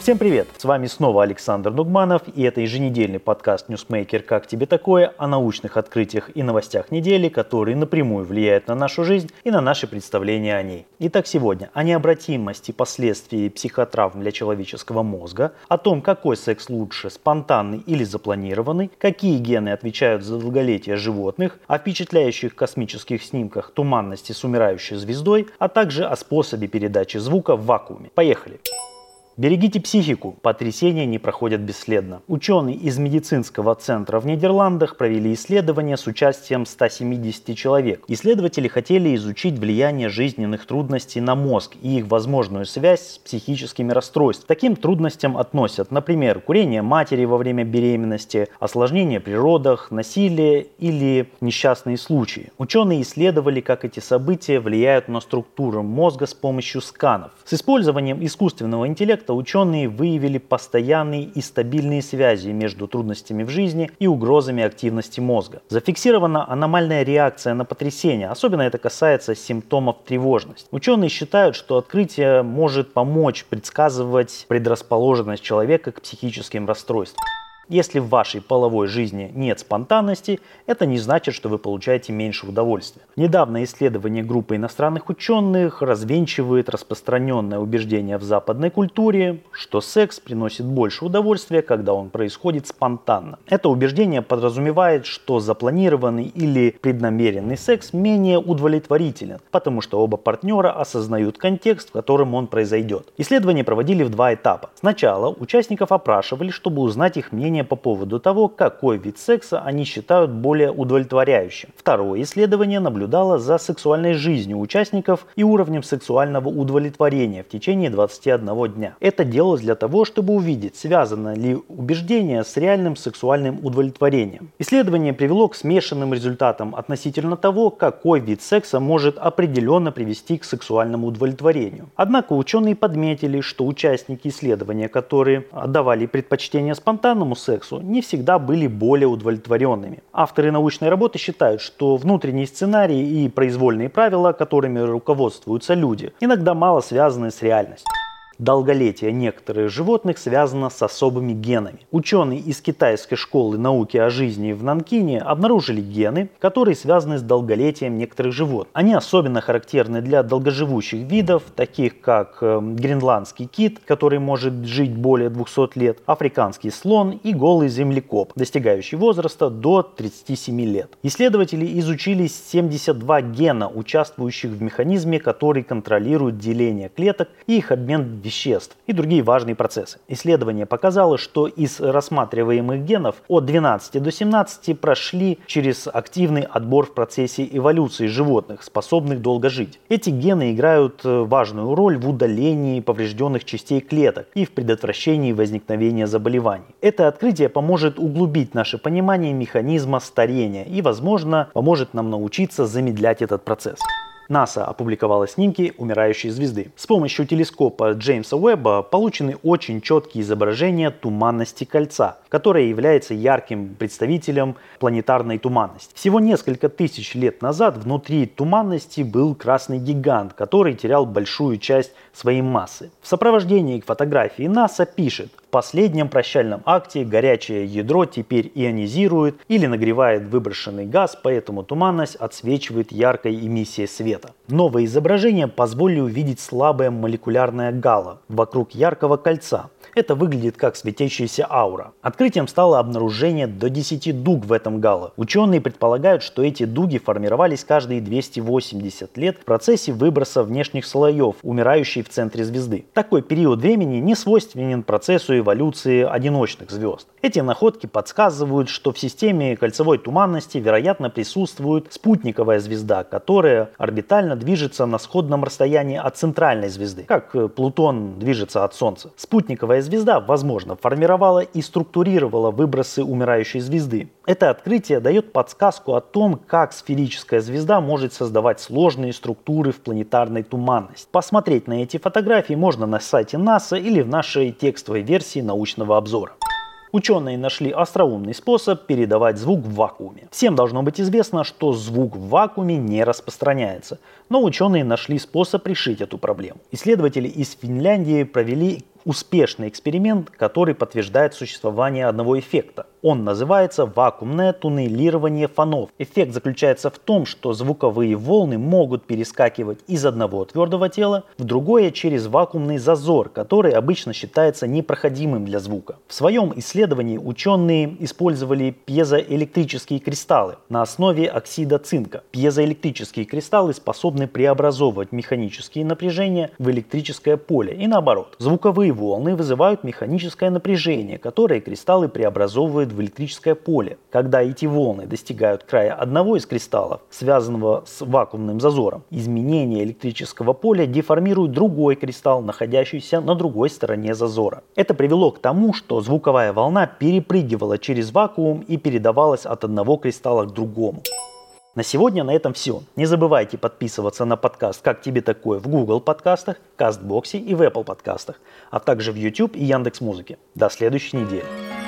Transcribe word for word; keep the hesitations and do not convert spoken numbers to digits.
Всем привет! С вами снова Александр Нугманов, и это еженедельный подкаст Newsmaker «Как тебе такое?» о научных открытиях и новостях недели, которые напрямую влияют на нашу жизнь и на наши представления о ней. Итак, сегодня о необратимости последствий психотравм для человеческого мозга, о том, какой секс лучше, спонтанный или запланированный, какие гены отвечают за долголетие животных, о впечатляющих космических снимках туманности с умирающей звездой, а также о способе передачи звука в вакууме. Поехали! Берегите психику, потрясения не проходят бесследно. Ученые из медицинского центра в Нидерландах провели исследование с участием ста семидесяти человек. Исследователи хотели изучить влияние жизненных трудностей на мозг и их возможную связь с психическими расстройствами. К таким трудностям относят, например, курение матери во время беременности, осложнения при родах, насилие или несчастные случаи. Ученые исследовали, как эти события влияют на структуру мозга с помощью сканов. С использованием искусственного интеллекта ученые выявили постоянные и стабильные связи между трудностями в жизни и угрозами активности мозга. Зафиксирована аномальная реакция на потрясение, особенно это касается симптомов тревожности. Ученые считают, что открытие может помочь предсказывать предрасположенность человека к психическим расстройствам. Если в вашей половой жизни нет спонтанности, это не значит, что вы получаете меньше удовольствия. Недавнее исследование группы иностранных ученых развенчивает распространенное убеждение в западной культуре, что секс приносит больше удовольствия, когда он происходит спонтанно. Это убеждение подразумевает, что запланированный или преднамеренный секс менее удовлетворителен, потому что оба партнера осознают контекст, в котором он произойдет. Исследования проводили в два этапа. Сначала участников опрашивали, чтобы узнать их мнение по поводу того, какой вид секса они считают более удовлетворяющим. Второе исследование наблюдало за сексуальной жизнью участников и уровнем сексуального удовлетворения в течение двадцати одного дня. Это делалось для того, чтобы увидеть, связано ли убеждение с реальным сексуальным удовлетворением. Исследование привело к смешанным результатам относительно того, какой вид секса может определенно привести к сексуальному удовлетворению. Однако ученые подметили, что участники исследования, которые отдавали предпочтение спонтанному сексу, не всегда были более удовлетворенными. Авторы научной работы считают, что внутренние сценарии и произвольные правила, которыми руководствуются люди, иногда мало связаны с реальностью. Долголетие некоторых животных связано с особыми генами. Ученые из китайской школы науки о жизни в Нанкине обнаружили гены, которые связаны с долголетием некоторых животных. Они особенно характерны для долгоживущих видов, таких как э, гренландский кит, который может жить более двухсот лет, африканский слон и голый землекоп, достигающий возраста до тридцати семи лет. Исследователи изучили семьдесят два гена, участвующих в механизме, который контролирует деление клеток и их обмен веществ и другие важные процессы. Исследование показало, что из рассматриваемых генов от двенадцати до семнадцати прошли через активный отбор в процессе эволюции животных, способных долго жить. Эти гены играют важную роль в удалении поврежденных частей клеток и в предотвращении возникновения заболеваний. Это открытие поможет углубить наше понимание механизма старения и, возможно, поможет нам научиться замедлять этот процесс. НАСА опубликовала снимки умирающей звезды. С помощью телескопа Джеймса Уэбба получены очень четкие изображения туманности Кольца, которая является ярким представителем планетарной туманности. Всего несколько тысяч лет назад внутри туманности был красный гигант, который терял большую часть своей массы. В сопровождении к фотографии НАСА пишет: в последнем прощальном акте горячее ядро теперь ионизирует или нагревает выброшенный газ, поэтому туманность отсвечивает яркой эмиссией света. Новые изображения позволили увидеть слабое молекулярное гало вокруг яркого кольца. Это выглядит как светящаяся аура. Открытием стало обнаружение до десяти дуг в этом гало. Ученые предполагают, что эти дуги формировались каждые двести восемьдесят лет в процессе выброса внешних слоев, умирающей в центре звезды. Такой период времени не свойственен процессу эволюции одиночных звезд. Эти находки подсказывают, что в системе кольцевой туманности, вероятно, присутствует спутниковая звезда, которая орбитально движется на сходном расстоянии от центральной звезды, как Плутон движется от Солнца. Спутниковая звезда, возможно, формировала и структурировала выбросы умирающей звезды. Это открытие дает подсказку о том, как сферическая звезда может создавать сложные структуры в планетарной туманности. Посмотреть на эти фотографии можно на сайте НАСА или в нашей текстовой версии научного обзора. Ученые нашли остроумный способ передавать звук в вакууме. Всем должно быть известно, что звук в вакууме не распространяется, но ученые нашли способ решить эту проблему. Исследователи из Финляндии провели успешный эксперимент, который подтверждает существование одного эффекта. Он называется вакуумное туннелирование фонов. Эффект заключается в том, что звуковые волны могут перескакивать из одного твердого тела в другое через вакуумный зазор, который обычно считается непроходимым для звука. В своем исследовании ученые использовали пьезоэлектрические кристаллы на основе оксида цинка. Пьезоэлектрические кристаллы способны преобразовывать механические напряжения в электрическое поле и наоборот. Звуковые волны вызывают механическое напряжение, которое кристаллы преобразовывают в электрическое поле. Когда эти волны достигают края одного из кристаллов, связанного с вакуумным зазором, изменение электрического поля деформирует другой кристалл, находящийся на другой стороне зазора. Это привело к тому, что звуковая волна перепрыгивала через вакуум и передавалась от одного кристалла к другому. На сегодня на этом все. Не забывайте подписываться на подкаст «Как тебе такое» в Google подкастах, Кастбоксе и в Apple подкастах, а также в YouTube и Яндекс.Музыке. До следующей недели.